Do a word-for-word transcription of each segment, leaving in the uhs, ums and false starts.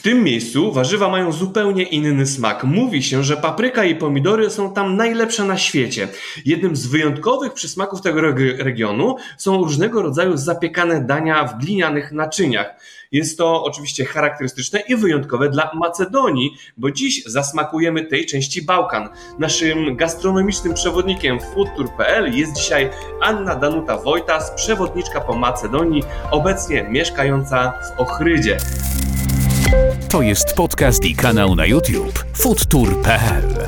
tym miejscu warzywa mają zupełnie inny smak. Mówi się, że papryka i pomidory są tam najlepsze na świecie. Jednym z wyjątkowych przysmaków tego regionu są różnego rodzaju zapiekane dania w glinianych naczyniach. Jest to oczywiście charakterystyczne i wyjątkowe dla Macedonii, bo dziś zasmakujemy tej części Bałkan. Naszym gastronomicznym przewodnikiem w foodtour kropka p l jest dzisiaj Anna Danuta Wojtas, przewodniczka po Macedonii, obecnie mieszkająca w Ochrydzie. To jest podcast i kanał na YouTube foodtour kropka p l.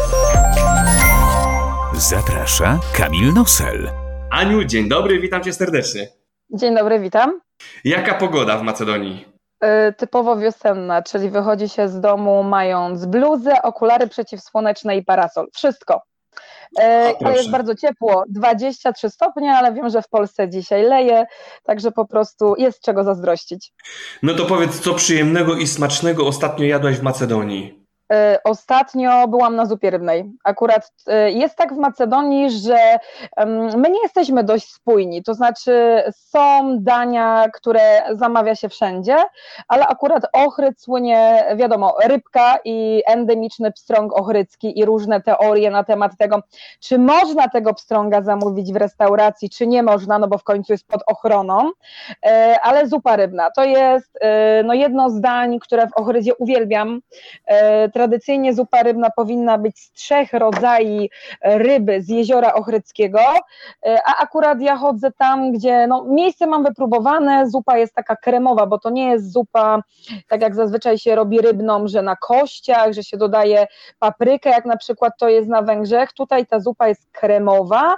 Zaprasza Kamil Nosel. Aniu, dzień dobry, witam cię serdecznie. Dzień dobry, witam. Jaka pogoda w Macedonii? Yy, typowo wiosenna, czyli wychodzi się z domu mając bluzę, okulary przeciwsłoneczne i parasol. Wszystko. Yy, ale jest bardzo ciepło, dwadzieścia trzy stopnie, ale wiem, że w Polsce dzisiaj leje, także po prostu jest czego zazdrościć. No to powiedz, co przyjemnego i smacznego ostatnio jadłaś w Macedonii? Ostatnio byłam na zupie rybnej. Akurat jest tak w Macedonii, że my nie jesteśmy dość spójni, to znaczy są dania, które zamawia się wszędzie, ale akurat Ochryd słynie, wiadomo, rybka i endemiczny pstrąg ochrydzki i różne teorie na temat tego, czy można tego pstrąga zamówić w restauracji, czy nie można, no bo w końcu jest pod ochroną, ale zupa rybna to jest no, jedno z dań, które w Ochrydzie uwielbiam. Tradycyjnie zupa rybna powinna być z trzech rodzajów ryby z jeziora ochrydzkiego, a akurat ja chodzę tam, gdzie no, miejsce mam wypróbowane, zupa jest taka kremowa, bo to nie jest zupa, tak jak zazwyczaj się robi rybną, że na kościach, że się dodaje paprykę, jak na przykład to jest na Węgrzech. Tutaj ta zupa jest kremowa.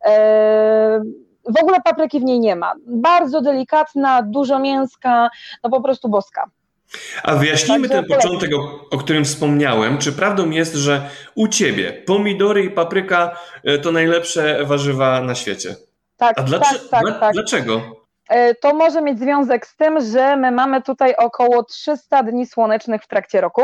W ogóle papryki w niej nie ma. Bardzo delikatna, dużo mięska, no po prostu boska. A wyjaśnijmy Także ten początek, o, o którym wspomniałem. Czy prawdą jest, że u ciebie pomidory i papryka to najlepsze warzywa na świecie? Tak, A tak, dlaczego? tak, Dla, tak. Dlaczego? To może mieć związek z tym, że my mamy tutaj około trzysta dni słonecznych w trakcie roku.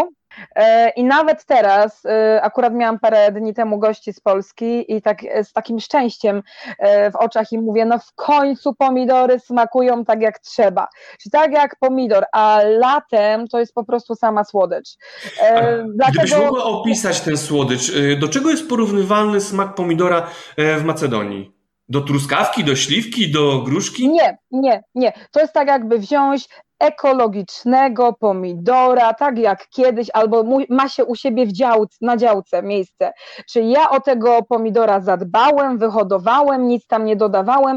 I nawet teraz, akurat miałam parę dni temu gości z Polski i tak z takim szczęściem w oczach im mówię, no w końcu pomidory smakują tak jak trzeba. Czyli tak jak pomidor, a latem to jest po prostu sama słodycz. A Dlatego... Gdybyś mogła opisać ten słodycz, do czego jest porównywalny smak pomidora w Macedonii? Do truskawki, do śliwki, do gruszki? Nie, nie, nie. To jest tak jakby wziąć ekologicznego pomidora, tak jak kiedyś, albo ma się u siebie w działce, na działce miejsce. Czyli ja o tego pomidora zadbałem, wyhodowałem, nic tam nie dodawałem.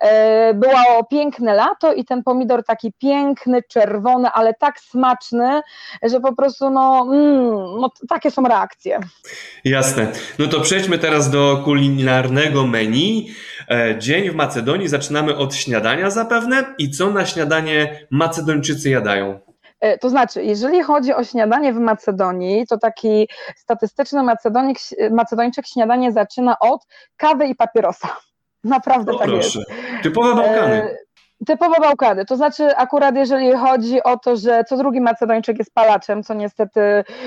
Było piękne lato i ten pomidor taki piękny, czerwony, ale tak smaczny, że po prostu no, mm, no takie są reakcje. Jasne. No to przejdźmy teraz do kulinarnego menu. Dzień w Macedonii zaczynamy od śniadania zapewne. I co na śniadanie Macedończycy jadają? To znaczy, jeżeli chodzi o śniadanie w Macedonii, to taki statystyczny Macedonik, Macedończyk śniadanie zaczyna od kawy i papierosa. Naprawdę No tak proszę. jest. Typowe Bałkany. E, Typowo Bałkany, to znaczy akurat jeżeli chodzi o to, że co drugi Macedończyk jest palaczem, co niestety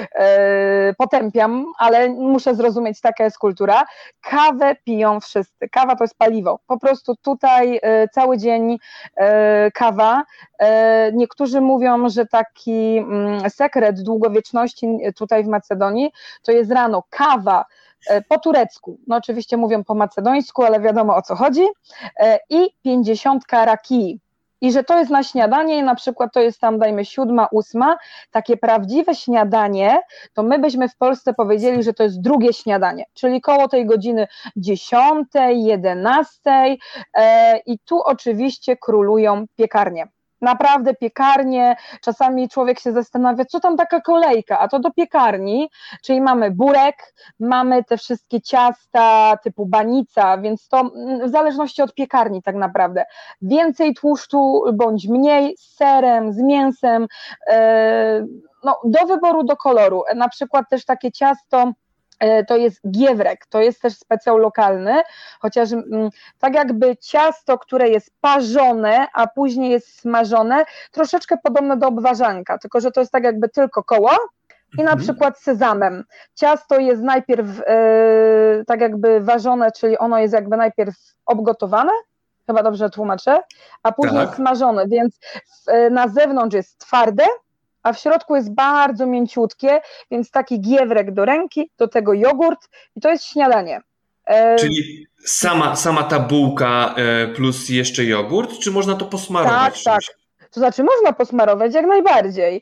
e, potępiam, ale muszę zrozumieć, taka jest kultura, kawę piją wszyscy, kawa to jest paliwo, po prostu tutaj e, cały dzień e, kawa, e, niektórzy mówią, że taki mm, sekret długowieczności tutaj w Macedonii to jest rano kawa, po turecku, no oczywiście mówią po macedońsku, ale wiadomo o co chodzi, i pięćdziesiątka rakii. I że to jest na śniadanie i na przykład to jest tam dajmy siódma, ósma, takie prawdziwe śniadanie, to my byśmy w Polsce powiedzieli, że to jest drugie śniadanie, czyli koło tej godziny dziesiątej, jedenastej i tu oczywiście królują piekarnie. Naprawdę piekarnie, czasami człowiek się zastanawia, co tam taka kolejka, a to do piekarni, czyli mamy burek, mamy te wszystkie ciasta typu banica, więc to w zależności od piekarni tak naprawdę. Więcej tłuszczu bądź mniej, z serem, z mięsem, no, do wyboru, do koloru. Na przykład też takie ciasto, to jest giewrek, to jest też specjał lokalny, chociaż m, tak jakby ciasto, które jest parzone, a później jest smażone, troszeczkę podobne do obwarzanka, tylko że to jest tak jakby tylko koło i na przykład z sezamem. Ciasto jest najpierw e, tak jakby ważone, czyli ono jest jakby najpierw obgotowane, chyba dobrze tłumaczę, a później tak. smażone, więc w, na zewnątrz jest twarde, a w środku jest bardzo mięciutkie, więc taki giewrek do ręki, do tego jogurt i to jest śniadanie. Czyli sama, sama ta bułka plus jeszcze jogurt, czy można to posmarować? Tak, tak. To znaczy można posmarować jak najbardziej,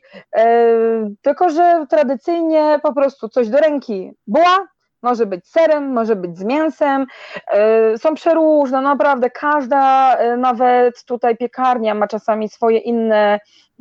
tylko że tradycyjnie po prostu coś do ręki. Buła może być z serem, może być z mięsem, są przeróżne, naprawdę każda, nawet tutaj piekarnia ma czasami swoje inne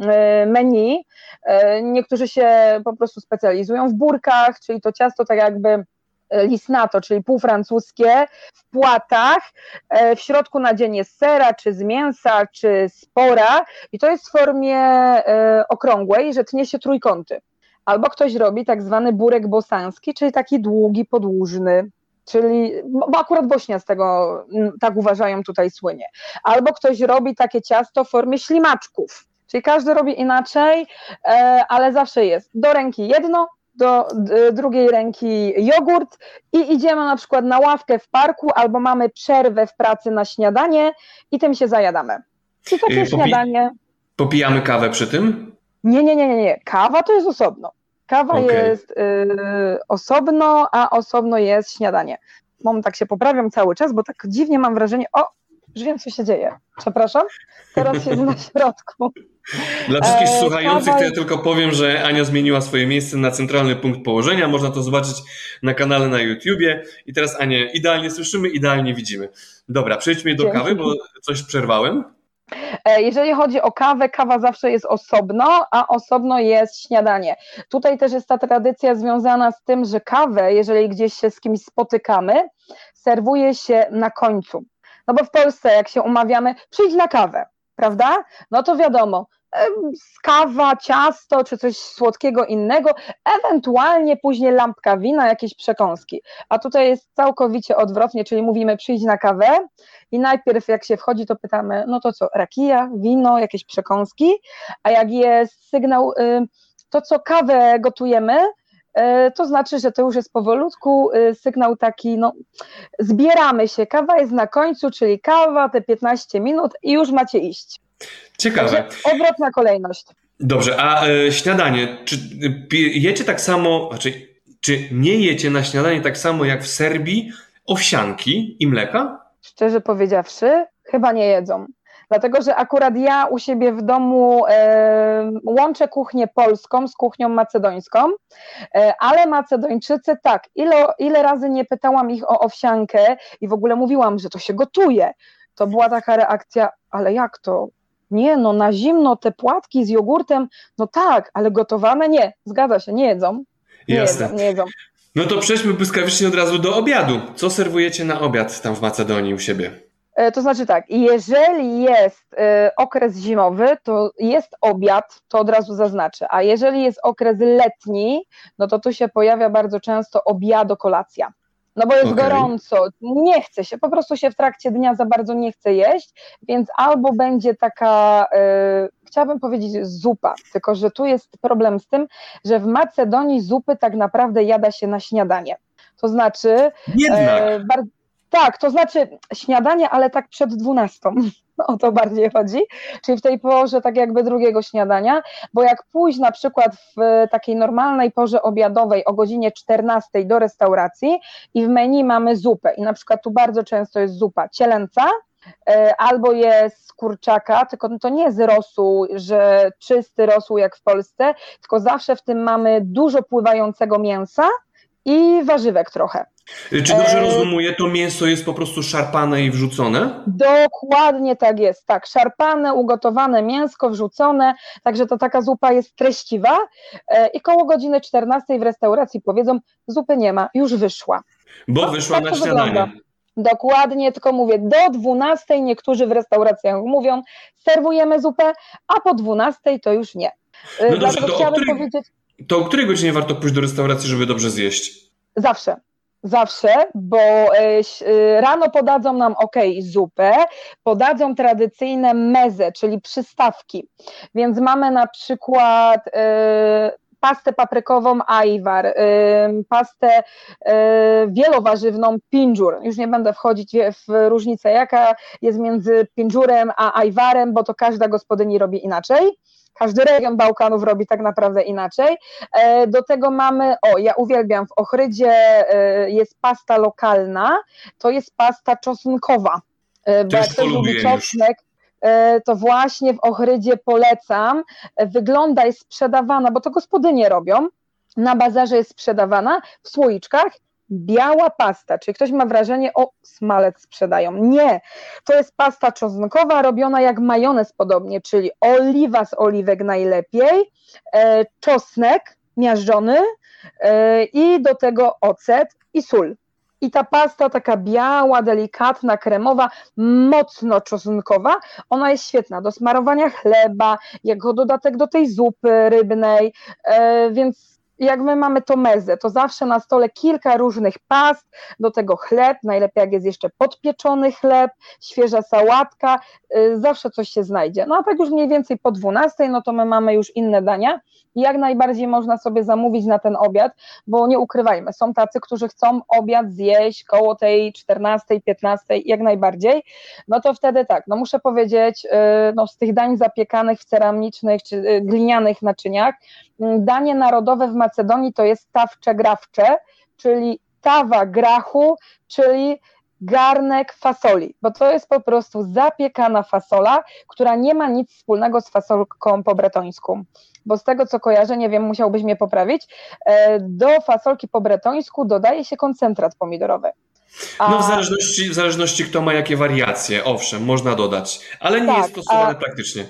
menu. Niektórzy się po prostu specjalizują w burkach, czyli to ciasto tak jakby lisnato, czyli półfrancuskie, w płatach, w środku nadzienie z sera, czy z mięsa, czy z pora i to jest w formie okrągłej, że tnie się trójkąty. Albo ktoś robi tak zwany burek bosański, czyli taki długi, podłużny, czyli, bo akurat Bośnia z tego tak uważają, tutaj słynie. Albo ktoś robi takie ciasto w formie ślimaczków, czyli każdy robi inaczej, ale zawsze jest do ręki jedno, do drugiej ręki jogurt i idziemy na przykład na ławkę w parku albo mamy przerwę w pracy na śniadanie i tym się zajadamy. I takie Popi- śniadanie. Popijamy kawę przy tym? Nie, nie, nie, nie, nie. Kawa to jest osobno. Kawa okay. jest y, osobno, a osobno jest śniadanie. Mam tak się poprawiam cały czas, bo tak dziwnie mam wrażenie, o, już wiem co się dzieje. Przepraszam, teraz siedzę na środku. Dla wszystkich e, słuchających to ja tylko powiem, że Ania zmieniła swoje miejsce na centralny punkt położenia. Można to zobaczyć na kanale na YouTubie. I teraz Anię idealnie słyszymy, idealnie widzimy. Dobra, przejdźmy do Dzięki. kawy, bo coś przerwałem. Jeżeli chodzi o kawę, kawa zawsze jest osobno, a osobno jest śniadanie. Tutaj też jest ta tradycja związana z tym, że kawę, jeżeli gdzieś się z kimś spotykamy, serwuje się na końcu. No bo w Polsce jak się umawiamy, przyjdź na kawę, prawda? No to wiadomo, kawa, ciasto czy coś słodkiego innego, ewentualnie później lampka wina, jakieś przekąski. A tutaj jest całkowicie odwrotnie, czyli mówimy przyjdź na kawę i najpierw jak się wchodzi, to pytamy, no to co, rakija, wino, jakieś przekąski, a jak jest sygnał, to co kawę gotujemy, to znaczy, że to już jest powolutku sygnał taki, no zbieramy się, kawa jest na końcu, czyli kawa, te piętnaście minut i już macie iść. Ciekawe. Także odwrotna kolejność. Dobrze, a e, śniadanie, czy jecie tak samo, znaczy, czy nie jecie na śniadanie tak samo jak w Serbii owsianki i mleka? Szczerze powiedziawszy, chyba nie jedzą. Dlatego, że akurat ja u siebie w domu e, łączę kuchnię polską z kuchnią macedońską, e, ale Macedończycy tak, ile, ile razy nie pytałam ich o owsiankę i w ogóle mówiłam, że to się gotuje, to była taka reakcja, ale jak to? Nie, no na zimno te płatki z jogurtem, no tak, ale gotowane nie, zgadza się, nie jedzą. Nie Jasne. Jedzą, nie jedzą. No to przejdźmy błyskawicznie od razu do obiadu. Co serwujecie na obiad tam w Macedonii u siebie? To znaczy tak, jeżeli jest okres zimowy, to jest obiad, to od razu zaznaczę, a jeżeli jest okres letni, no to tu się pojawia bardzo często obiado, kolacja. No bo jest okay. gorąco, nie chce się, po prostu się w trakcie dnia za bardzo nie chce jeść, więc albo będzie taka, yy, chciałabym powiedzieć zupa, tylko że tu jest problem z tym, że w Macedonii zupy tak naprawdę jada się na śniadanie. To znaczy... Jednak. Yy, bar- tak, to znaczy śniadanie, ale tak przed dwunastą, o to bardziej chodzi, czyli w tej porze tak jakby drugiego śniadania, bo jak pójść na przykład w takiej normalnej porze obiadowej o godzinie czternastej do restauracji i w menu mamy zupę i na przykład tu bardzo często jest zupa cielęca, albo jest z kurczaka, tylko to nie jest rosół, że czysty rosół jak w Polsce, tylko zawsze w tym mamy dużo pływającego mięsa i warzywek trochę. Czy dobrze rozumuję, to mięso jest po prostu szarpane i wrzucone? Dokładnie tak jest, tak, szarpane, ugotowane mięsko wrzucone, także to taka zupa jest treściwa i koło godziny czternastej w restauracji powiedzą, zupy nie ma, już wyszła. Bo no, wyszła tak na śniadanie. Wygląda. Dokładnie, tylko mówię, do dwunastej niektórzy w restauracjach mówią, serwujemy zupę, a po dwunastej to już nie. No dobrze, to, o której, powiedzieć... to o której godzinie warto pójść do restauracji, żeby dobrze zjeść? Zawsze. Zawsze, bo rano podadzą nam ok, zupę, podadzą tradycyjne meze, czyli przystawki, więc mamy na przykład y, pastę paprykową ajvar, y, pastę y, wielowarzywną pinżur, już nie będę wchodzić w różnicę jaka jest między pinżurem a ajwarem, bo to każda gospodyni robi inaczej. każdy region Bałkanów robi tak naprawdę inaczej. Do tego mamy, o ja uwielbiam, w Ochrydzie jest pasta lokalna, to jest pasta czosnkowa, bo jak ktoś lubi czosnek, to właśnie w Ochrydzie polecam, wygląda, jest sprzedawana, bo to gospodynie robią, na bazarze jest sprzedawana w słoiczkach, biała pasta, czyli ktoś ma wrażenie, o, smalec sprzedają. Nie, to jest pasta czosnkowa robiona jak majonez podobnie, czyli oliwa z oliwek najlepiej, e, czosnek miażdżony e, i do tego ocet i sól. I ta pasta taka biała, delikatna, kremowa, mocno czosnkowa, ona jest świetna do smarowania chleba, jako dodatek do tej zupy rybnej, e, więc jak my mamy to mezę, to zawsze na stole kilka różnych past, do tego chleb, najlepiej jak jest jeszcze podpieczony chleb, świeża sałatka, yy, zawsze coś się znajdzie. No a tak już mniej więcej po dwunastej, no to my mamy już inne dania i jak najbardziej można sobie zamówić na ten obiad, bo nie ukrywajmy, są tacy, którzy chcą obiad zjeść koło tej czternastej, piętnastej, jak najbardziej, no to wtedy tak, no muszę powiedzieć, yy, no z tych dań zapiekanych w ceramicznych czy yy, glinianych naczyniach, yy, danie narodowe w Macedonii to jest tawcze grawcze, czyli tawa grachu, czyli garnek fasoli, bo to jest po prostu zapiekana fasola, która nie ma nic wspólnego z fasolką po bretońsku, bo z tego co kojarzę, nie wiem, musiałbyś mnie poprawić, do fasolki po bretońsku dodaje się koncentrat pomidorowy. A... No w zależności, w zależności kto ma jakie wariacje, owszem, można dodać, ale nie tak, jest to stosowane a... praktycznie.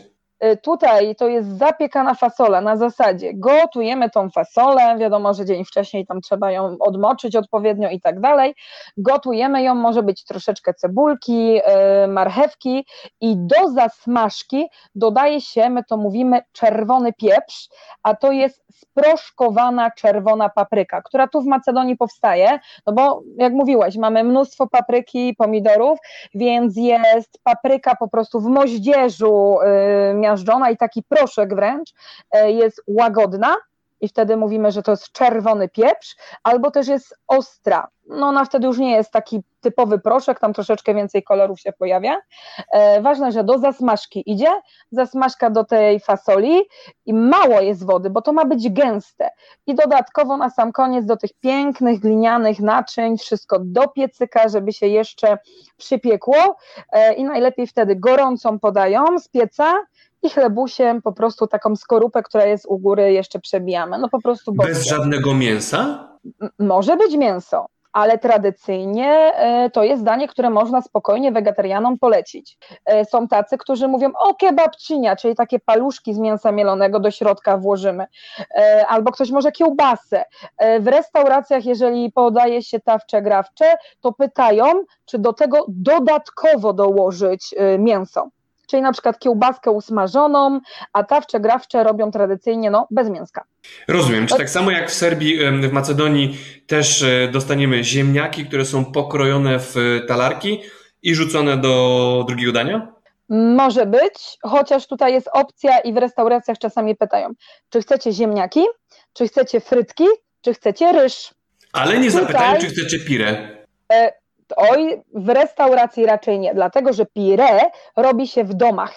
Tutaj to jest zapiekana fasola na zasadzie gotujemy tą fasolę, wiadomo, że dzień wcześniej tam trzeba ją odmoczyć odpowiednio i tak dalej, gotujemy ją, może być troszeczkę cebulki, yy, marchewki i do zasmażki dodaje się, my to mówimy czerwony pieprz, a to jest sproszkowana czerwona papryka, która tu w Macedonii powstaje, no bo jak mówiłaś, mamy mnóstwo papryki, pomidorów, więc jest papryka po prostu w moździerzu yy, miażdżona i taki proszek wręcz, jest łagodna i wtedy mówimy, że to jest czerwony pieprz, albo też jest ostra, no ona wtedy już nie jest taki typowy proszek, tam troszeczkę więcej kolorów się pojawia. Ważne, że do zasmażki idzie, zasmażka do tej fasoli i mało jest wody, bo to ma być gęste i dodatkowo na sam koniec do tych pięknych glinianych naczyń wszystko do piecyka, żeby się jeszcze przypiekło i najlepiej wtedy gorącą podają z pieca i chlebusiem po prostu taką skorupę, która jest u góry, jeszcze przebijamy. No po prostu boskie. Bez żadnego mięsa? M- może być mięso, ale tradycyjnie y, to jest danie, które można spokojnie wegetarianom polecić. Y, są tacy, którzy mówią, o kebabcinia, czyli takie paluszki z mięsa mielonego do środka włożymy. Y, albo ktoś może kiełbasę. Y, w restauracjach, jeżeli podaje się tawcze grawcze, to pytają, czy do tego dodatkowo dołożyć y, mięso. Czyli na przykład kiełbaskę usmażoną, a tawcze grawcze robią tradycyjnie no, bez mięska. Rozumiem. Czy tak samo jak w Serbii, w Macedonii też dostaniemy ziemniaki, które są pokrojone w talarki i rzucone do drugiego dania? Może być, chociaż tutaj jest opcja i w restauracjach czasami pytają, czy chcecie ziemniaki, czy chcecie frytki, czy chcecie ryż. Ale nie tutaj... zapytają, czy chcecie pire. E... Oj, w restauracji raczej nie, dlatego że pire robi się w domach.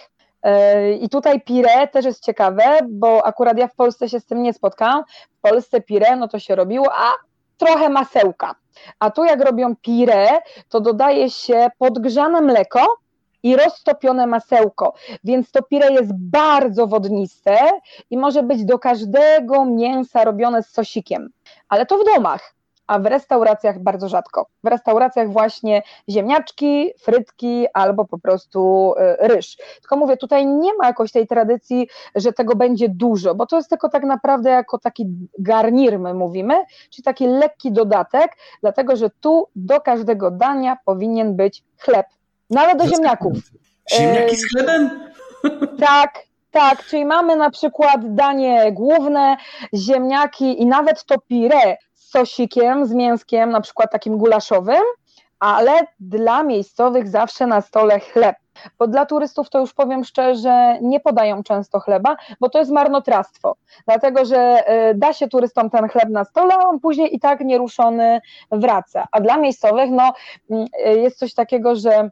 I tutaj pire też jest ciekawe, bo akurat ja w Polsce się z tym nie spotkałam. W Polsce pire no to się robiło, a trochę masełka. A tu jak robią pire, to dodaje się podgrzane mleko i roztopione masełko, więc to pire jest bardzo wodniste i może być do każdego mięsa robione z sosikiem, ale to w domach. A w restauracjach bardzo rzadko. W restauracjach właśnie ziemniaczki, frytki albo po prostu ryż. Tylko mówię, tutaj nie ma jakoś tej tradycji, że tego będzie dużo, bo to jest tylko tak naprawdę jako taki garnir my mówimy, czyli taki lekki dodatek, dlatego że tu do każdego dania powinien być chleb. Nawet do ziemniaków. Ziemniaki z chlebem? Tak. Tak, czyli mamy na przykład danie główne, ziemniaki i nawet to pire z sosikiem, z mięskiem, na przykład takim gulaszowym, ale dla miejscowych zawsze na stole chleb. Bo dla turystów to już powiem szczerze, nie podają często chleba, bo to jest marnotrawstwo. Dlatego, że da się turystom ten chleb na stole, a on później i tak nieruszony wraca. A dla miejscowych no, jest coś takiego, że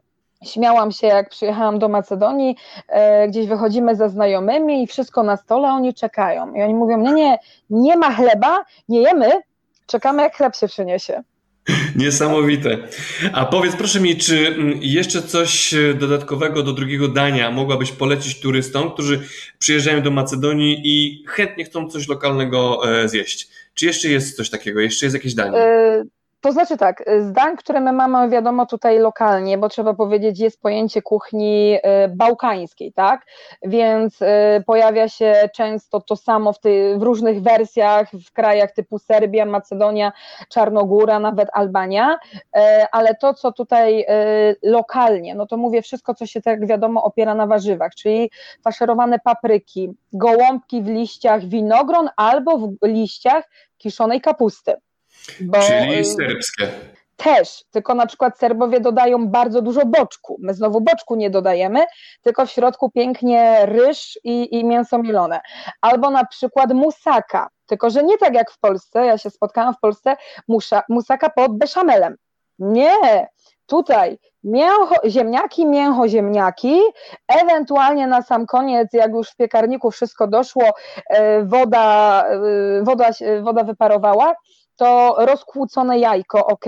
Śmiałam się, jak przyjechałam do Macedonii, e, gdzieś wychodzimy ze znajomymi i wszystko na stole, oni czekają. I oni mówią, nie, nie, nie ma chleba, nie jemy, czekamy jak chleb się przyniesie. Niesamowite. A powiedz proszę mi, czy jeszcze coś dodatkowego do drugiego dania mogłabyś polecić turystom, którzy przyjeżdżają do Macedonii i chętnie chcą coś lokalnego zjeść? Czy jeszcze jest coś takiego? Jeszcze jest jakieś danie? Y- To znaczy tak, z dań, które my mamy, wiadomo, tutaj lokalnie, bo trzeba powiedzieć, jest pojęcie kuchni bałkańskiej, tak? Więc pojawia się często to samo w, ty, w różnych wersjach w krajach typu Serbia, Macedonia, Czarnogóra, nawet Albania, ale to, co tutaj lokalnie, no to mówię wszystko, co się, tak wiadomo, opiera na warzywach, czyli faszerowane papryki, gołąbki w liściach winogron albo w liściach kiszonej kapusty. Bo, czyli serbskie. Też, tylko na przykład Serbowie dodają bardzo dużo boczku. My znowu boczku nie dodajemy, tylko w środku pięknie ryż i, i mięso mielone. Albo na przykład musaka, tylko że nie tak jak w Polsce, ja się spotkałam w Polsce, musza, musaka pod beszamelem. Nie, tutaj mięcho, ziemniaki, mięcho, ziemniaki, ewentualnie na sam koniec, jak już w piekarniku wszystko doszło, woda, woda, woda wyparowała, to rozkłócone jajko, ok,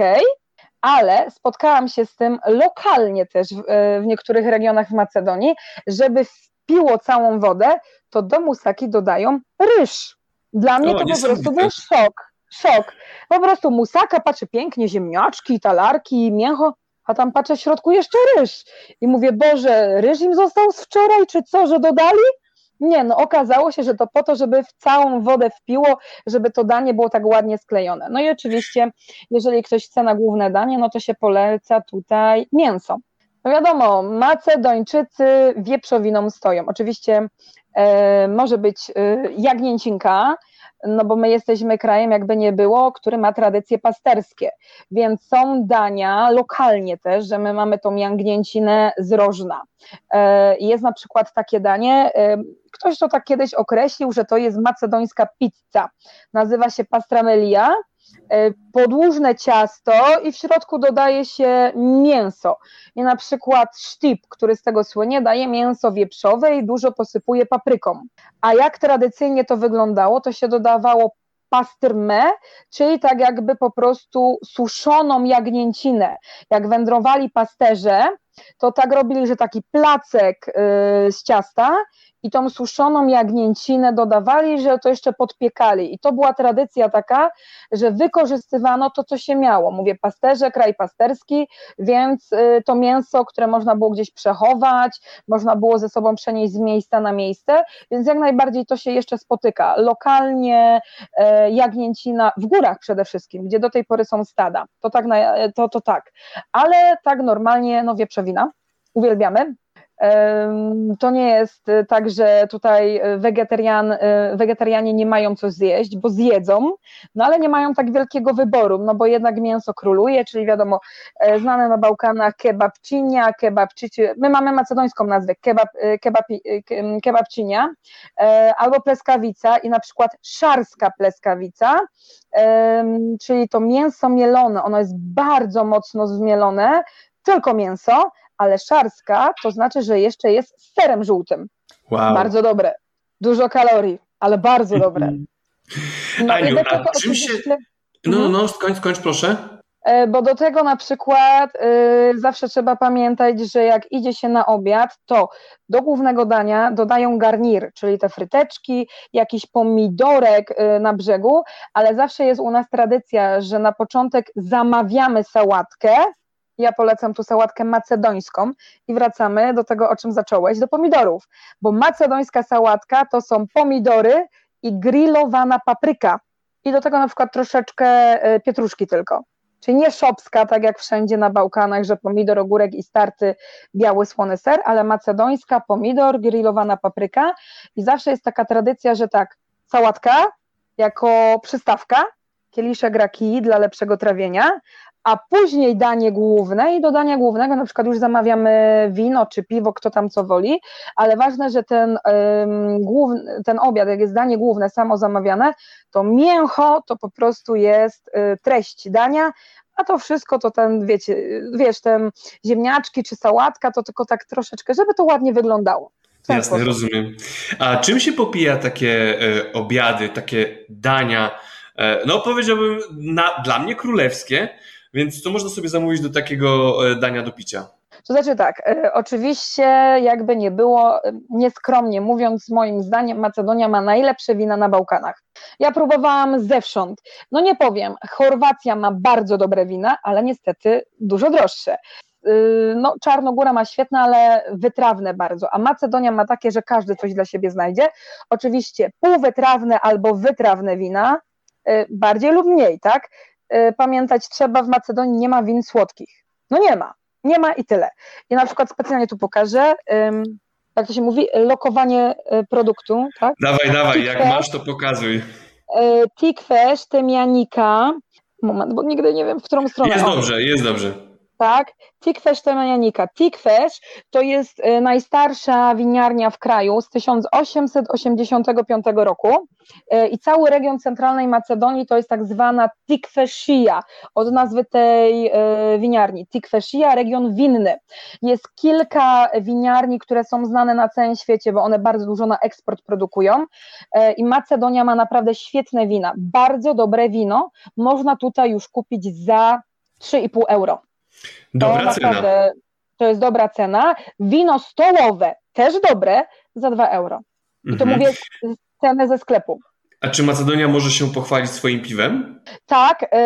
ale spotkałam się z tym lokalnie też w, w niektórych regionach w Macedonii, żeby wpiło całą wodę, to do musaki dodają ryż. Dla mnie o, to po prostu był szok, szok. Po prostu musaka, patrzę pięknie, ziemniaczki, talarki, mięcho, a tam patrzę w środku jeszcze ryż. I mówię, Boże, ryż im został z wczoraj, czy co, że dodali? Nie, no okazało się, że to po to, żeby w całą wodę wpiło, żeby to danie było tak ładnie sklejone. No i oczywiście, jeżeli ktoś chce na główne danie, no to się poleca tutaj mięso. No wiadomo, Macedończycy wieprzowiną stoją. Oczywiście e, może być e, jagnięcinka, no bo my jesteśmy krajem, jakby nie było, który ma tradycje pasterskie, więc są dania lokalnie też, że my mamy tą jagnięcinę z rożna. Jest na przykład takie danie, ktoś to tak kiedyś określił, że to jest macedońska pizza, nazywa się pastramelia, podłużne ciasto i w środku dodaje się mięso i na przykład sztip, który z tego słynie, daje mięso wieprzowe i dużo posypuje papryką, a jak tradycyjnie to wyglądało, to się dodawało pastyrmę, czyli tak jakby po prostu suszoną jagnięcinę, jak wędrowali pasterze, to tak robili, że taki placek yy, z ciasta i tą suszoną jagnięcinę dodawali, że to jeszcze podpiekali i to była tradycja taka, że wykorzystywano to, co się miało, mówię pasterze, kraj pasterski, więc yy, to mięso, które można było gdzieś przechować, można było ze sobą przenieść z miejsca na miejsce, więc jak najbardziej to się jeszcze spotyka, lokalnie yy, jagnięcina, w górach przede wszystkim, gdzie do tej pory są stada, to tak, na, to, to tak, ale tak normalnie, no wieprzowina, uwielbiamy. To nie jest tak, że tutaj wegetarian, wegetarianie nie mają co zjeść, bo zjedzą, no ale nie mają tak wielkiego wyboru, no bo jednak mięso króluje, czyli wiadomo, znane na Bałkanach kebabcinia, kebabcici, my mamy macedońską nazwę, kebab, kebab, kebabcinia, albo pleskawica i na przykład szarska pleskawica, czyli to mięso mielone, ono jest bardzo mocno zmielone, tylko mięso, ale szarska to znaczy, że jeszcze jest z serem żółtym. Wow. Bardzo dobre. Dużo kalorii, ale bardzo dobre. No Aniu, i do tego a czym się... No, no, no, skończ, skończ proszę. Bo do tego na przykład yy, zawsze trzeba pamiętać, że jak idzie się na obiad, to do głównego dania dodają garnir, czyli te fryteczki, jakiś pomidorek yy, na brzegu, ale zawsze jest u nas tradycja, że na początek zamawiamy sałatkę. Ja polecam tu sałatkę macedońską i wracamy do tego, o czym zacząłeś, do pomidorów, bo macedońska sałatka to są pomidory i grillowana papryka i do tego na przykład troszeczkę pietruszki tylko, czyli nie szopska, tak jak wszędzie na Bałkanach, że pomidor, ogórek i starty biały słony ser, ale macedońska, pomidor, grillowana papryka i zawsze jest taka tradycja, że tak, sałatka jako przystawka, kieliszek rakii dla lepszego trawienia, a później danie główne i do dania głównego na przykład już zamawiamy wino czy piwo, kto tam co woli, ale ważne, że ten, ym, główny, ten obiad, jak jest danie główne samo zamawiane, to mięcho to po prostu jest y, treść dania, a to wszystko to ten, wiecie, wiesz, ten ziemniaczki czy sałatka, to tylko tak troszeczkę, żeby to ładnie wyglądało. Jasne, sposób. Rozumiem. A czym się popija takie e, obiady, takie dania, e, no powiedziałbym na, dla mnie królewskie, więc co można sobie zamówić do takiego e, dania do picia? To znaczy tak, e, oczywiście jakby nie było, nieskromnie mówiąc, moim zdaniem Macedonia ma najlepsze wina na Bałkanach. Ja próbowałam zewsząd, no nie powiem, Chorwacja ma bardzo dobre wina, ale niestety dużo droższe. No, Czarnogóra ma świetne, ale wytrawne bardzo, a Macedonia ma takie, że każdy coś dla siebie znajdzie. Oczywiście półwytrawne albo wytrawne wina, bardziej lub mniej, tak? Pamiętać trzeba, w Macedonii nie ma win słodkich. No nie ma, nie ma i tyle. Ja na przykład specjalnie tu pokażę, jak to się mówi, lokowanie produktu, tak? Dawaj, dawaj, jak masz, to pokazuj. Tikfesz, Temianika, moment, bo nigdy nie wiem, w którą stronę. Jest dobrze, jest dobrze. Tak, Tikfesz Temianika. Tikfesz to jest najstarsza winiarnia w kraju z tysiąc osiemset osiemdziesiątego piątego roku i cały region centralnej Macedonii to jest tak zwana Tikfeszija, od nazwy tej winiarni. Tikfeszija, region winny. Jest kilka winiarni, które są znane na całym świecie, bo one bardzo dużo na eksport produkują i Macedonia ma naprawdę świetne wina. Bardzo dobre wino można tutaj już kupić za trzy i pół euro. Dobra to cena. To jest dobra cena. Wino stołowe, też dobre, za dwa euro. I to Mhm. mówię cenę ze sklepu. A czy Macedonia może się pochwalić swoim piwem? Tak, y,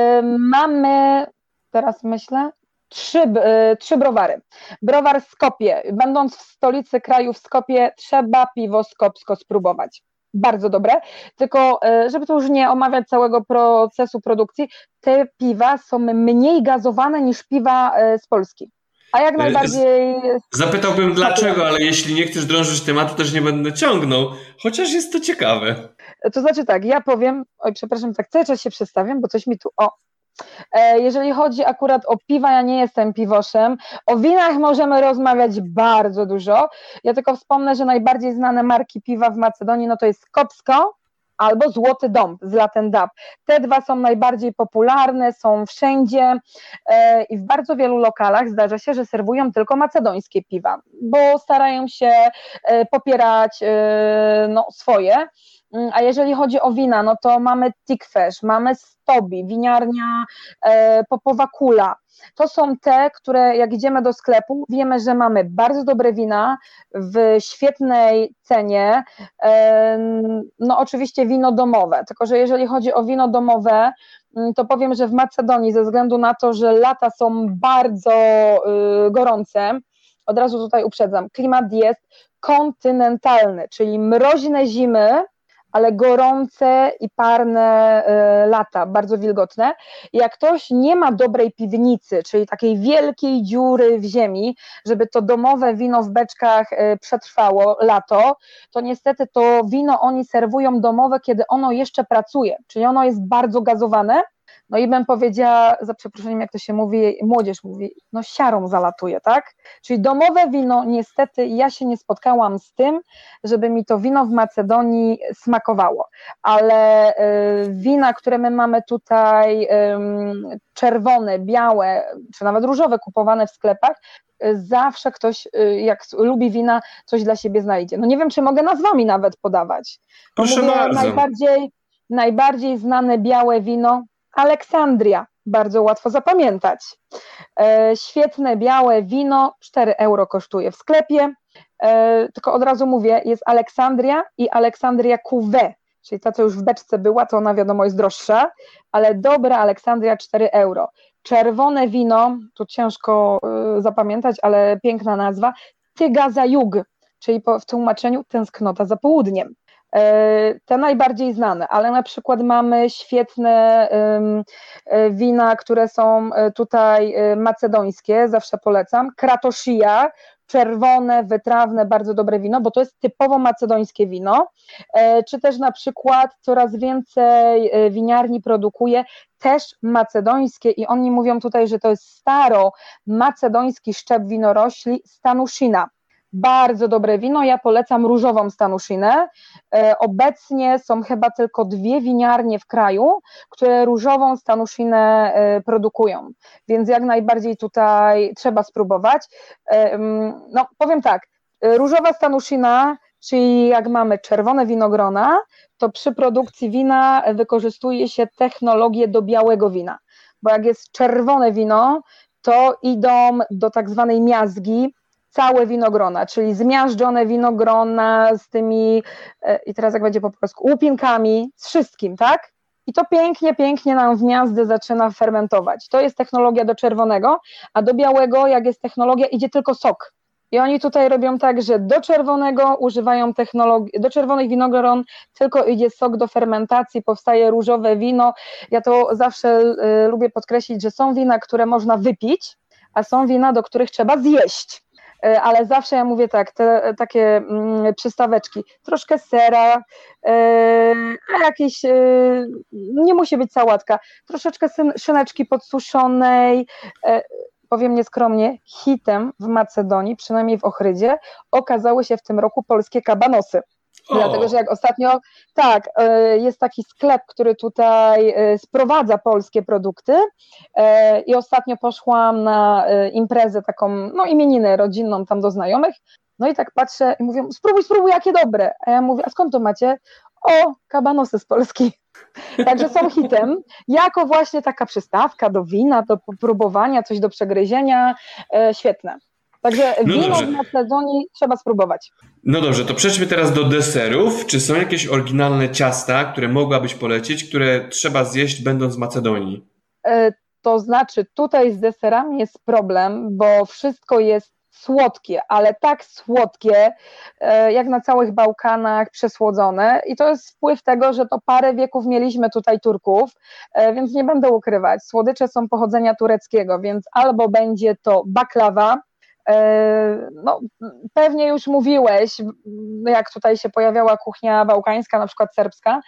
mamy, teraz myślę, trzy, y, trzy browary. Browar Skopje. Będąc w stolicy kraju w Skopie, trzeba piwo skopsko spróbować. Bardzo dobre, tylko żeby to już nie omawiać całego procesu produkcji, te piwa są mniej gazowane niż piwa z Polski. A jak najbardziej... Zapytałbym dlaczego, ale jeśli nie chcesz drążyć tematu, też nie będę ciągnął, chociaż jest to ciekawe. To znaczy tak, ja powiem, oj przepraszam, tak cały czas się przedstawiam, bo coś mi tu, o... Jeżeli chodzi akurat o piwa, ja nie jestem piwoszem. O winach możemy rozmawiać bardzo dużo. Ja tylko wspomnę, że najbardziej znane marki piwa w Macedonii no to jest Skopsko albo Złoty Dąb z Laten Dab. Te dwa są najbardziej popularne, są wszędzie i w bardzo wielu lokalach zdarza się, że serwują tylko macedońskie piwa, bo starają się popierać no, swoje. A jeżeli chodzi o wina, no to mamy Tikfesz, mamy Stobi, winiarnia e, Popowa Kula. To są te, które jak idziemy do sklepu, wiemy, że mamy bardzo dobre wina w świetnej cenie. E, no oczywiście wino domowe, tylko że jeżeli chodzi o wino domowe, to powiem, że w Macedonii ze względu na to, że lata są bardzo y, gorące, od razu tutaj uprzedzam, klimat jest kontynentalny, czyli mroźne zimy, ale gorące i parne y, lata, bardzo wilgotne. Jak ktoś nie ma dobrej piwnicy, czyli takiej wielkiej dziury w ziemi, żeby to domowe wino w beczkach y, przetrwało lato, to niestety to wino oni serwują domowe, kiedy ono jeszcze pracuje, czyli ono jest bardzo gazowane. No i bym powiedziała, za przeproszeniem, jak to się mówi, młodzież mówi, no siarą zalatuje, tak? Czyli domowe wino, niestety ja się nie spotkałam z tym, żeby mi to wino w Macedonii smakowało, ale y, wina, które my mamy tutaj, y, czerwone, białe, czy nawet różowe, kupowane w sklepach, y, zawsze ktoś, y, jak lubi wina, coś dla siebie znajdzie. No nie wiem, czy mogę nazwami nawet podawać. Proszę Mówię, bardzo. Najbardziej, najbardziej znane białe wino, Aleksandria, bardzo łatwo zapamiętać. E, świetne białe wino, cztery euro kosztuje w sklepie, e, tylko od razu mówię, jest Aleksandria i Aleksandria Cuvée, czyli ta, co już w beczce była, to ona wiadomo jest droższa, ale dobra Aleksandria cztery euro. Czerwone wino, tu ciężko y, zapamiętać, ale piękna nazwa, Tyga za jug, czyli po, w tłumaczeniu tęsknota za południem. Te najbardziej znane, ale na przykład mamy świetne wina, które są tutaj macedońskie, zawsze polecam, Kratoszija, czerwone, wytrawne, bardzo dobre wino, bo to jest typowo macedońskie wino, czy też na przykład coraz więcej winiarni produkuje też macedońskie i oni mówią tutaj, że to jest staro macedoński szczep winorośli Stanushina. bardzo dobre wino, ja polecam różową Stanuszynę. Obecnie są chyba tylko dwie winiarnie w kraju, które różową Stanuszynę produkują, więc jak najbardziej tutaj trzeba spróbować. No powiem tak, różowa Stanuszyna, czyli jak mamy czerwone winogrona, to przy produkcji wina wykorzystuje się technologię do białego wina, bo jak jest czerwone wino, to idą do tak zwanej miazgi całe winogrona, czyli zmiażdżone winogrona z tymi, i teraz jak będzie po polsku, łupinkami, z wszystkim, tak? I to pięknie, pięknie nam w miazdy zaczyna fermentować. To jest technologia do czerwonego, a do białego, jak jest technologia, idzie tylko sok. I oni tutaj robią tak, że do czerwonego używają technologii, do czerwonych winogron tylko idzie sok do fermentacji, powstaje różowe wino. Ja to zawsze y, lubię podkreślić, że są wina, które można wypić, a są wina, do których trzeba zjeść. Y, ale zawsze ja mówię tak, te takie y, przystaweczki, troszkę sera, y, a jakieś, y, nie musi być sałatka, troszeczkę szyneczki podsuszonej, y, powiem nieskromnie, hitem w Macedonii, przynajmniej w Ochrydzie, okazały się w tym roku polskie kabanosy. O. Dlatego, że jak ostatnio, tak, jest taki sklep, który tutaj sprowadza polskie produkty i ostatnio poszłam na imprezę taką, no imieninę rodzinną tam do znajomych, no i tak patrzę i mówią, spróbuj, spróbuj, jakie dobre. A ja mówię, a skąd to macie? O, kabanosy z Polski. Także są hitem, jako właśnie taka przystawka do wina, do próbowania, coś do przegryzienia, e, świetne. Także no wino dobrze. W Macedonii trzeba spróbować. No dobrze, to przejdźmy teraz do deserów. Czy są jakieś oryginalne ciasta, które mogłabyś polecić, które trzeba zjeść będąc w Macedonii? E, to znaczy tutaj z deserami jest problem, bo wszystko jest słodkie, ale tak słodkie, jak na całych Bałkanach, przesłodzone i to jest wpływ tego, że to parę wieków mieliśmy tutaj Turków, więc nie będę ukrywać, słodycze są pochodzenia tureckiego, więc albo będzie to baklawa, no pewnie już mówiłeś, jak tutaj się pojawiała kuchnia bałkańska, na przykład serbska,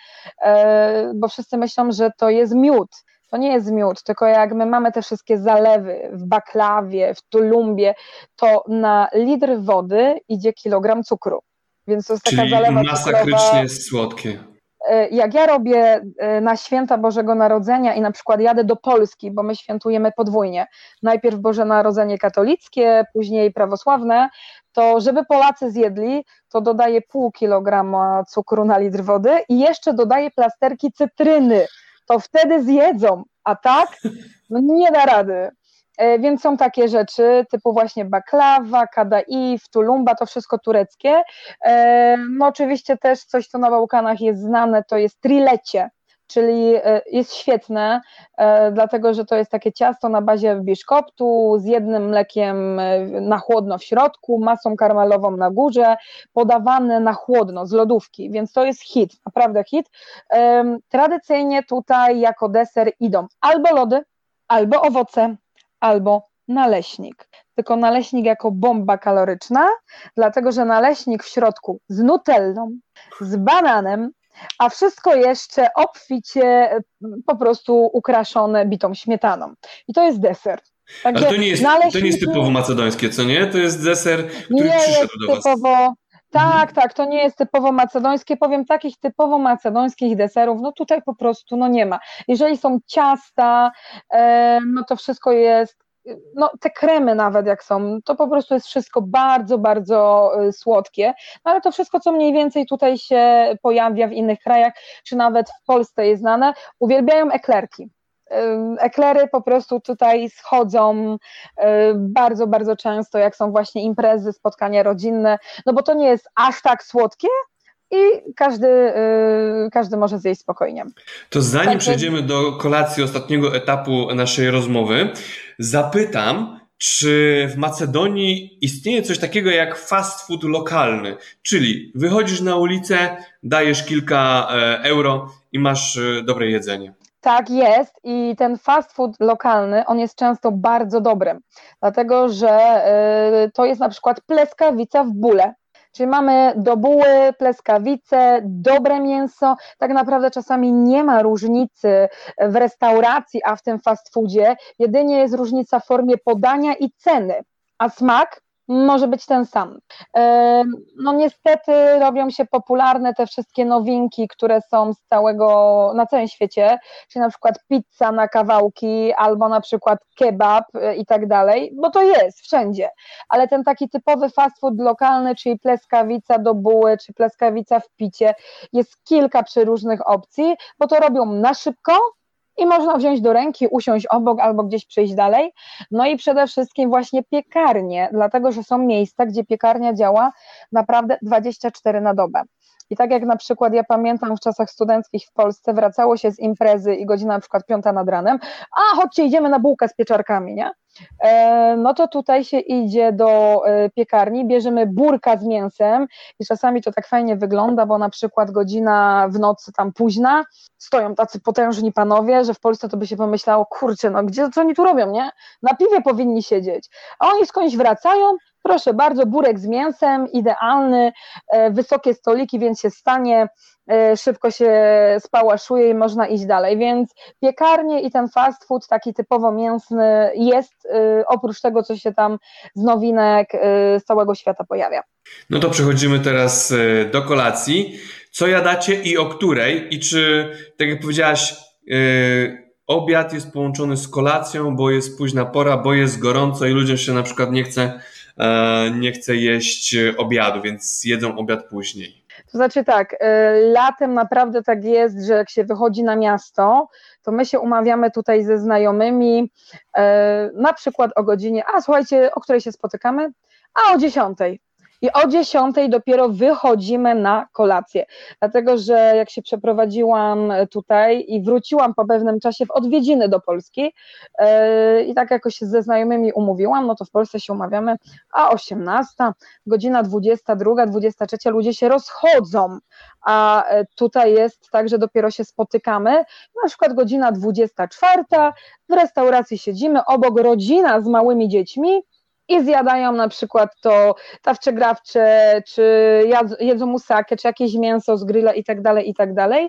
bo wszyscy myślą, że to jest miód. To nie jest miód, tylko jak my mamy te wszystkie zalewy w baklawie, w tulumbie, to na litr wody idzie kilogram cukru. Więc to jest Czyli taka zalewa masakrycznie cukrowa. Jest słodkie. Jak ja robię na święta Bożego Narodzenia i na przykład jadę do Polski, bo my świętujemy podwójnie, najpierw Boże Narodzenie katolickie, później prawosławne, to żeby Polacy zjedli, to dodaję pół kilograma cukru na litr wody i jeszcze dodaję plasterki cytryny. To wtedy zjedzą, a tak no nie da rady. E, więc są takie rzeczy typu właśnie baklawa, kadaif, tulumba, to wszystko tureckie. E, no oczywiście też coś, co na Bałkanach jest znane, to jest trilecie, czyli e, jest świetne, e, dlatego że to jest takie ciasto na bazie biszkoptu z jednym mlekiem na chłodno w środku, masą karmelową na górze, podawane na chłodno z lodówki, więc to jest hit, naprawdę hit. E, tradycyjnie tutaj jako deser idą albo lody, albo owoce, albo naleśnik. Tylko naleśnik jako bomba kaloryczna, dlatego że naleśnik w środku z nutellą, z bananem, a wszystko jeszcze obficie po prostu ukraszone bitą śmietaną. I to jest deser. Także ale to nie jest, naleśniku... to nie jest typowo macedońskie, co nie? To jest deser, który nie przyszedł jest do was. Typowo... Tak, mhm. tak, to nie jest typowo macedońskie, powiem, takich typowo macedońskich deserów, no tutaj po prostu no nie ma. Jeżeli są ciasta, e, no to wszystko jest, no te kremy nawet jak są, to po prostu jest wszystko bardzo, bardzo słodkie, no ale to wszystko, co mniej więcej tutaj się pojawia w innych krajach, czy nawet w Polsce jest znane, uwielbiają eklerki. Eklery po prostu tutaj schodzą bardzo, bardzo często, jak są właśnie imprezy, spotkania rodzinne, no bo to nie jest aż tak słodkie i każdy, każdy może zjeść spokojnie. To zanim tak, przejdziemy do kolacji ostatniego etapu naszej rozmowy, zapytam, czy w Macedonii istnieje coś takiego jak fast food lokalny, czyli wychodzisz na ulicę, dajesz kilka euro i masz dobre jedzenie. Tak jest i ten fast food lokalny, on jest często bardzo dobry, dlatego że y, to jest na przykład pleskawica w bóle, czyli mamy do buły, pleskawice, dobre mięso, tak naprawdę czasami nie ma różnicy w restauracji, a w tym fast foodzie, jedynie jest różnica w formie podania i ceny, a smak może być ten sam. No niestety robią się popularne te wszystkie nowinki, które są z całego, na całym świecie, czyli na przykład pizza na kawałki, albo na przykład kebab i tak dalej, bo to jest wszędzie, ale ten taki typowy fast food lokalny, czyli pleskawica do buły, czy pleskawica w picie, jest kilka przeróżnych opcji, bo to robią na szybko, i można wziąć do ręki, usiąść obok albo gdzieś przejść dalej. No i przede wszystkim właśnie piekarnie, dlatego że są miejsca, gdzie piekarnia działa naprawdę dwadzieścia cztery na dobę. I tak jak na przykład ja pamiętam w czasach studenckich w Polsce wracało się z imprezy i godzina na przykład piąta nad ranem, a chodźcie, idziemy na bułkę z pieczarkami, nie? E, no to tutaj się idzie do e, piekarni, bierzemy burka z mięsem i czasami to tak fajnie wygląda, bo na przykład godzina w nocy tam późna, stoją tacy potężni panowie, że w Polsce to by się pomyślało, kurczę, no gdzie, co oni tu robią, nie? Na piwie powinni siedzieć, a oni skądś wracają, proszę bardzo, burek z mięsem, idealny, e, wysokie stoliki, więc się stanie, e, szybko się spałaszuje i można iść dalej, więc piekarnie i ten fast food taki typowo mięsny jest, e, oprócz tego, co się tam z nowinek e, z całego świata pojawia. No to przechodzimy teraz e, do kolacji. Co jadacie i o której? I czy, tak jak powiedziałaś, e, obiad jest połączony z kolacją, bo jest późna pora, bo jest gorąco i ludziom się na przykład nie chce nie chce jeść obiadu, więc jedzą obiad później. To znaczy tak, latem naprawdę tak jest, że jak się wychodzi na miasto, to my się umawiamy tutaj ze znajomymi, na przykład o godzinie, a słuchajcie, o której się spotykamy? A o dziesiątej. I o dziesiątej dopiero wychodzimy na kolację, dlatego że jak się przeprowadziłam tutaj i wróciłam po pewnym czasie w odwiedziny do Polski yy, i tak jakoś się ze znajomymi umówiłam, no to w Polsce się umawiamy, a osiemnasta, godzina dwudziesta druga, dwudziesta trzecia, ludzie się rozchodzą, a tutaj jest tak, że dopiero się spotykamy, na przykład godzina dwudziesta czwarta, w restauracji siedzimy, obok rodzina z małymi dziećmi, i zjadają na przykład to tawcze grawcze, czy jedzą musakę, czy jakieś mięso z grilla i tak dalej, i tak dalej.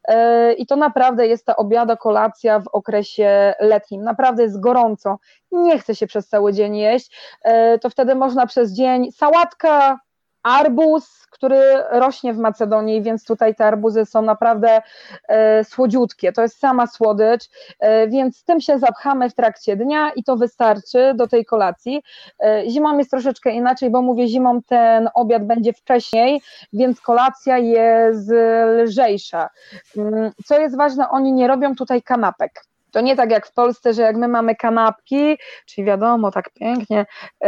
I to naprawdę jest ta obiada, kolacja w okresie letnim. Naprawdę jest gorąco, nie chce się przez cały dzień jeść. To wtedy można przez dzień sałatka, arbuz, który rośnie w Macedonii, więc tutaj te arbuzy są naprawdę e, słodziutkie, to jest sama słodycz, e, więc z tym się zapchamy w trakcie dnia i to wystarczy do tej kolacji. E, zimą jest troszeczkę inaczej, bo mówię, zimą ten obiad będzie wcześniej, więc kolacja jest lżejsza. Co jest ważne, oni nie robią tutaj kanapek. To nie tak jak w Polsce, że jak my mamy kanapki, czyli wiadomo, tak pięknie,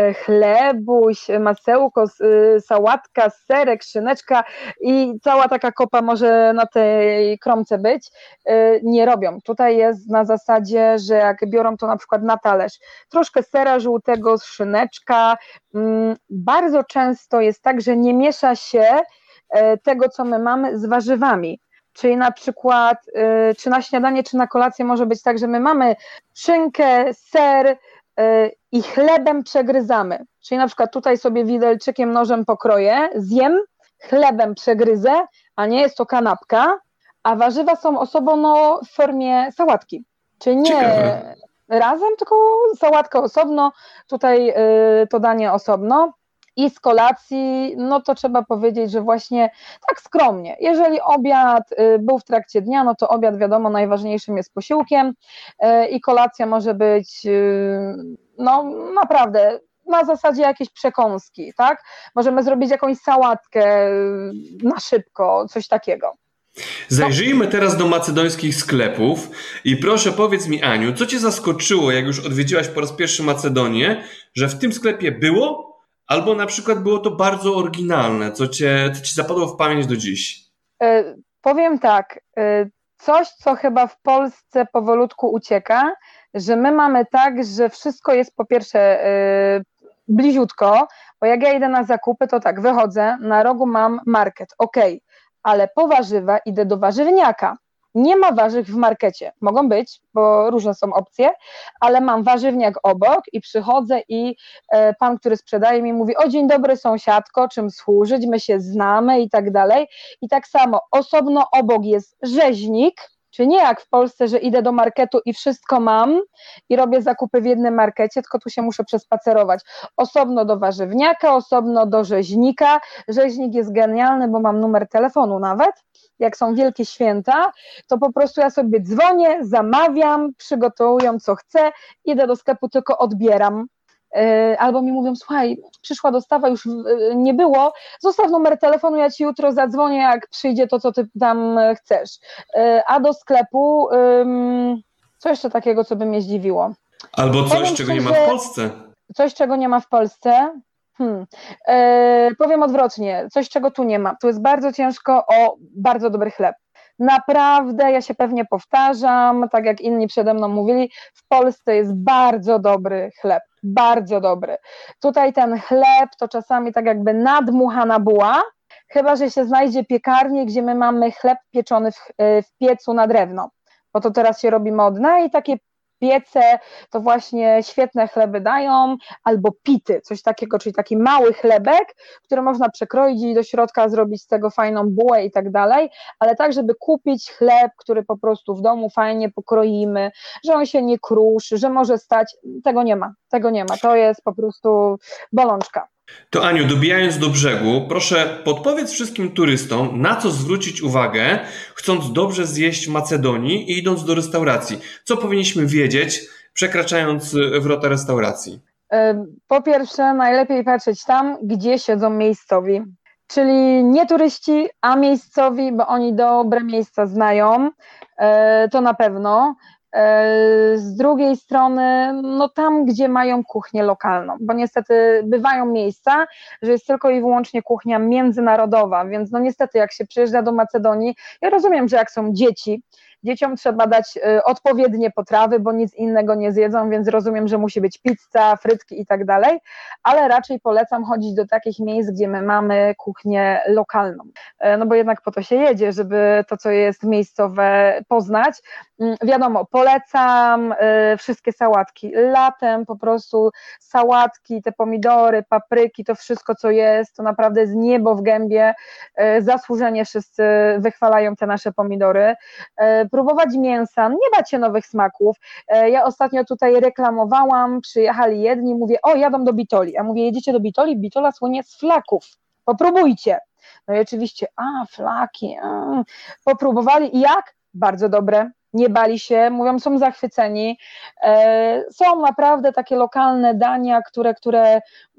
chlebuś, masełko, sałatka, serek, szyneczka i cała taka kopa może na tej kromce być, nie robią. Tutaj jest na zasadzie, że jak biorą to na przykład na talerz, troszkę sera żółtego, szyneczka, bardzo często jest tak, że nie miesza się tego, co my mamy z warzywami. Czyli na przykład, y, czy na śniadanie, czy na kolację może być tak, że my mamy szynkę, ser y, i chlebem przegryzamy. Czyli na przykład tutaj sobie widelczykiem, nożem pokroję, zjem, chlebem przegryzę, a nie jest to kanapka, a warzywa są osobno w formie sałatki. Czyli nie Ciekawe. Razem, tylko sałatka osobno, tutaj y, to danie osobno. I z kolacji, no to trzeba powiedzieć, że właśnie tak skromnie, jeżeli obiad był w trakcie dnia, no to obiad wiadomo najważniejszym jest posiłkiem i kolacja może być no naprawdę na zasadzie jakiejś przekąski, tak? Możemy zrobić jakąś sałatkę na szybko, coś takiego. Zajrzyjmy teraz do macedońskich sklepów i proszę powiedz mi, Aniu, co Cię zaskoczyło, jak już odwiedziłaś po raz pierwszy Macedonię, że w tym sklepie było? Albo na przykład było to bardzo oryginalne, co cię, co ci zapadło w pamięć do dziś? Yy, powiem tak, yy, coś, co chyba w Polsce powolutku ucieka, że my mamy tak, że wszystko jest po pierwsze yy, bliziutko, bo jak ja idę na zakupy, to tak, wychodzę, na rogu mam market, okej, okay, ale po warzywa idę do warzywniaka. Nie ma warzyw w markecie, mogą być, bo różne są opcje, ale mam warzywniak obok i przychodzę i e, pan, który sprzedaje mi mówi, o dzień dobry sąsiadko, czym służyć, my się znamy i tak dalej. I tak samo osobno obok jest rzeźnik, Czyli nie jak w Polsce, że idę do marketu i wszystko mam i robię zakupy w jednym markecie, tylko tu się muszę przespacerować. Osobno do warzywniaka, osobno do rzeźnika. Rzeźnik jest genialny, bo mam numer telefonu nawet. Jak są wielkie święta, to po prostu ja sobie dzwonię, zamawiam, przygotowuję co chcę, idę do sklepu, tylko odbieram. Albo mi mówią, słuchaj, przyszła dostawa, już nie było, zostaw numer telefonu, ja ci jutro zadzwonię, jak przyjdzie to, co ty tam chcesz. A do sklepu, co jeszcze takiego, co by mnie zdziwiło? Albo coś, powiem czego ci, nie ma w Polsce. Coś, czego nie ma w Polsce? Hmm. E, powiem odwrotnie, coś, czego tu nie ma. Tu jest bardzo ciężko o bardzo dobry chleb. Naprawdę, ja się pewnie powtarzam, tak jak inni przede mną mówili, w Polsce jest bardzo dobry chleb, bardzo dobry. Tutaj ten chleb to czasami tak jakby nadmuchana buła, chyba że się znajdzie piekarnię, gdzie my mamy chleb pieczony w, w piecu na drewno, bo to teraz się robi modne i takie piece to właśnie świetne chleby dają, albo pity, coś takiego, czyli taki mały chlebek, który można przekroić i do środka zrobić z tego fajną bułę i tak dalej, ale tak, żeby kupić chleb, który po prostu w domu fajnie pokroimy, że on się nie kruszy, że może stać, tego nie ma, tego nie ma, to jest po prostu bolączka. To Aniu, dobijając do brzegu, proszę podpowiedz wszystkim turystom, na co zwrócić uwagę, chcąc dobrze zjeść w Macedonii i idąc do restauracji. Co powinniśmy wiedzieć, przekraczając wrota restauracji? Po pierwsze, najlepiej patrzeć tam, gdzie siedzą miejscowi. Czyli nie turyści, a miejscowi, bo oni dobre miejsca znają, to na pewno. Z drugiej strony, no tam, gdzie mają kuchnię lokalną, bo niestety bywają miejsca, że jest tylko i wyłącznie kuchnia międzynarodowa, więc no niestety jak się przyjeżdża do Macedonii, ja rozumiem, że jak są dzieci, dzieciom trzeba dać odpowiednie potrawy, bo nic innego nie zjedzą, więc rozumiem, że musi być pizza, frytki i tak dalej, ale raczej polecam chodzić do takich miejsc, gdzie my mamy kuchnię lokalną, no bo jednak po to się jedzie, żeby to, co jest miejscowe, poznać. Wiadomo, polecam wszystkie sałatki, latem po prostu sałatki, te pomidory, papryki, to wszystko, co jest, to naprawdę jest niebo w gębie, zasłużenie wszyscy wychwalają te nasze pomidory. Próbować mięsa, nie bać się nowych smaków. Ja ostatnio tutaj reklamowałam, przyjechali jedni, mówię, o, jadą do Bitoli. Ja mówię, jedziecie do Bitoli? Bitola słynie z flaków, popróbujcie. No i oczywiście, a, flaki, a. Popróbowali i jak? Bardzo dobre. Nie bali się, mówią, są zachwyceni. Są naprawdę takie lokalne dania, które, które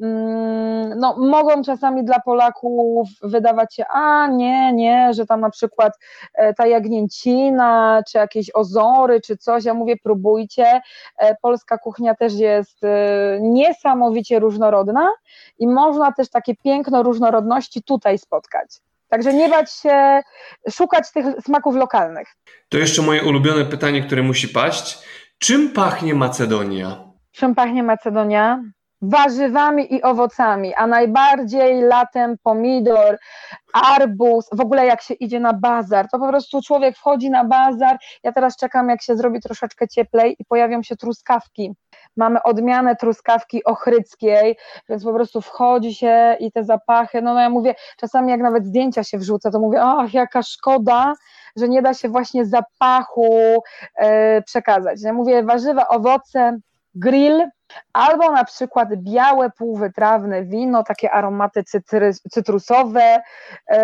no, mogą czasami dla Polaków wydawać się, a nie, nie, że tam na przykład ta jagnięcina, czy jakieś ozory, czy coś. Ja mówię, próbujcie. Polska kuchnia też jest niesamowicie różnorodna i można też takie piękno różnorodności tutaj spotkać. Także nie bać się, szukać tych smaków lokalnych. To jeszcze moje ulubione pytanie, które musi paść. Czym pachnie Macedonia? Czym pachnie Macedonia? Warzywami i owocami, a najbardziej latem pomidor, arbuz, w ogóle jak się idzie na bazar, to po prostu człowiek wchodzi na bazar, ja teraz czekam, jak się zrobi troszeczkę cieplej i pojawią się truskawki. Mamy odmianę truskawki ochryckiej, więc po prostu wchodzi się i te zapachy, no, no ja mówię, czasami jak nawet zdjęcia się wrzuca, to mówię, ach, jaka szkoda, że nie da się właśnie zapachu e, przekazać. Ja mówię, warzywa, owoce, grill, albo na przykład białe, półwytrawne wino, takie aromaty cytry, cytrusowe, yy,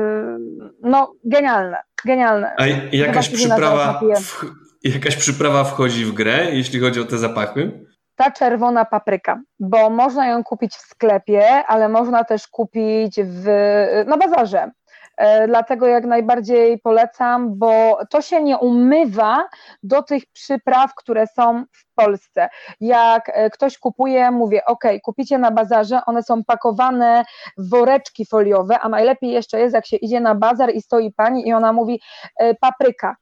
no genialne, genialne. A jakaś przyprawa, w, jakaś przyprawa wchodzi w grę, jeśli chodzi o te zapachy? Ta czerwona papryka, bo można ją kupić w sklepie, ale można też kupić w, na bazarze. Dlatego jak najbardziej polecam, bo to się nie umywa do tych przypraw, które są w Polsce. Jak ktoś kupuje, mówię, ok, kupicie na bazarze, one są pakowane w woreczki foliowe, a najlepiej jeszcze jest, jak się idzie na bazar i stoi pani i ona mówi papryka.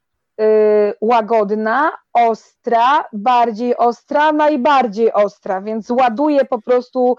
Łagodna, ostra, bardziej ostra, najbardziej ostra, więc ładuję po prostu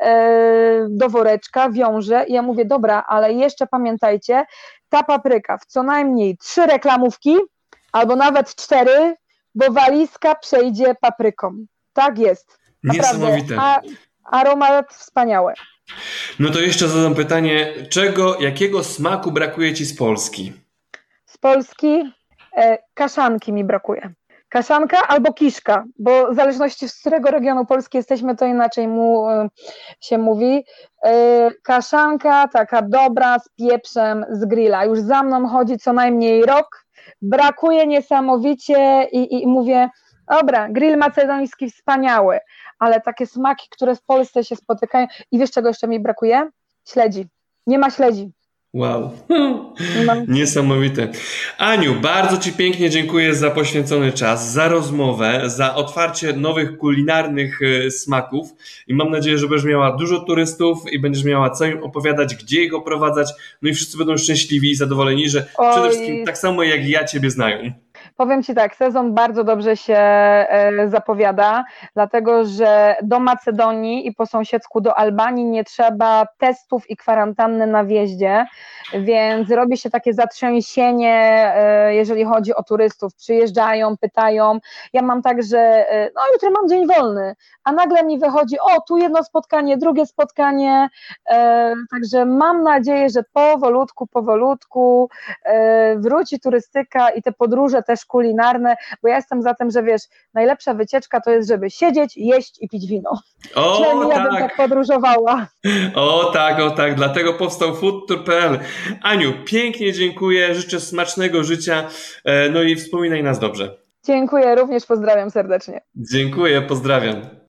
do woreczka, wiążę i ja mówię, dobra, ale jeszcze pamiętajcie, ta papryka w co najmniej trzy reklamówki, albo nawet cztery, bo walizka przejdzie papryką. Tak jest. Niesamowite. A, aromat wspaniały. No to jeszcze zadam pytanie, czego, jakiego smaku brakuje ci z Polski? Z Polski? E, kaszanki mi brakuje. Kaszanka albo kiszka, bo w zależności z którego regionu Polski jesteśmy, to inaczej mu się mówi. Kaszanka taka dobra, z pieprzem, z grilla. Już za mną chodzi co najmniej rok, brakuje niesamowicie i, i mówię, dobra, grill macedoński wspaniały, ale takie smaki, które w Polsce się spotykają i wiesz czego jeszcze mi brakuje? Śledzi. Nie ma śledzi. Wow, niesamowite. Aniu, bardzo Ci pięknie dziękuję za poświęcony czas, za rozmowę, za otwarcie nowych kulinarnych smaków i mam nadzieję, że będziesz miała dużo turystów i będziesz miała co im opowiadać, gdzie ich oprowadzać, no i wszyscy będą szczęśliwi i zadowoleni, że Oj. przede wszystkim tak samo jak ja Ciebie znają. Powiem Ci tak, sezon bardzo dobrze się zapowiada, dlatego że do Macedonii i po sąsiedzku do Albanii nie trzeba testów i kwarantanny na wjeździe, więc robi się takie zatrzęsienie, jeżeli chodzi o turystów. Przyjeżdżają, pytają. Ja mam tak, że no jutro mam dzień wolny, a nagle mi wychodzi, o tu jedno spotkanie, drugie spotkanie, także mam nadzieję, że powolutku, powolutku wróci turystyka i te podróże też kulinarne, bo ja jestem za tym, że wiesz, najlepsza wycieczka to jest, żeby siedzieć, jeść i pić wino. O, Przynajmniej tak. ja bym tak podróżowała. O tak, o tak, dlatego powstał foodtour kropka p l. Aniu, pięknie dziękuję, życzę smacznego życia, no i wspominaj nas dobrze. Dziękuję, również pozdrawiam serdecznie. Dziękuję, pozdrawiam.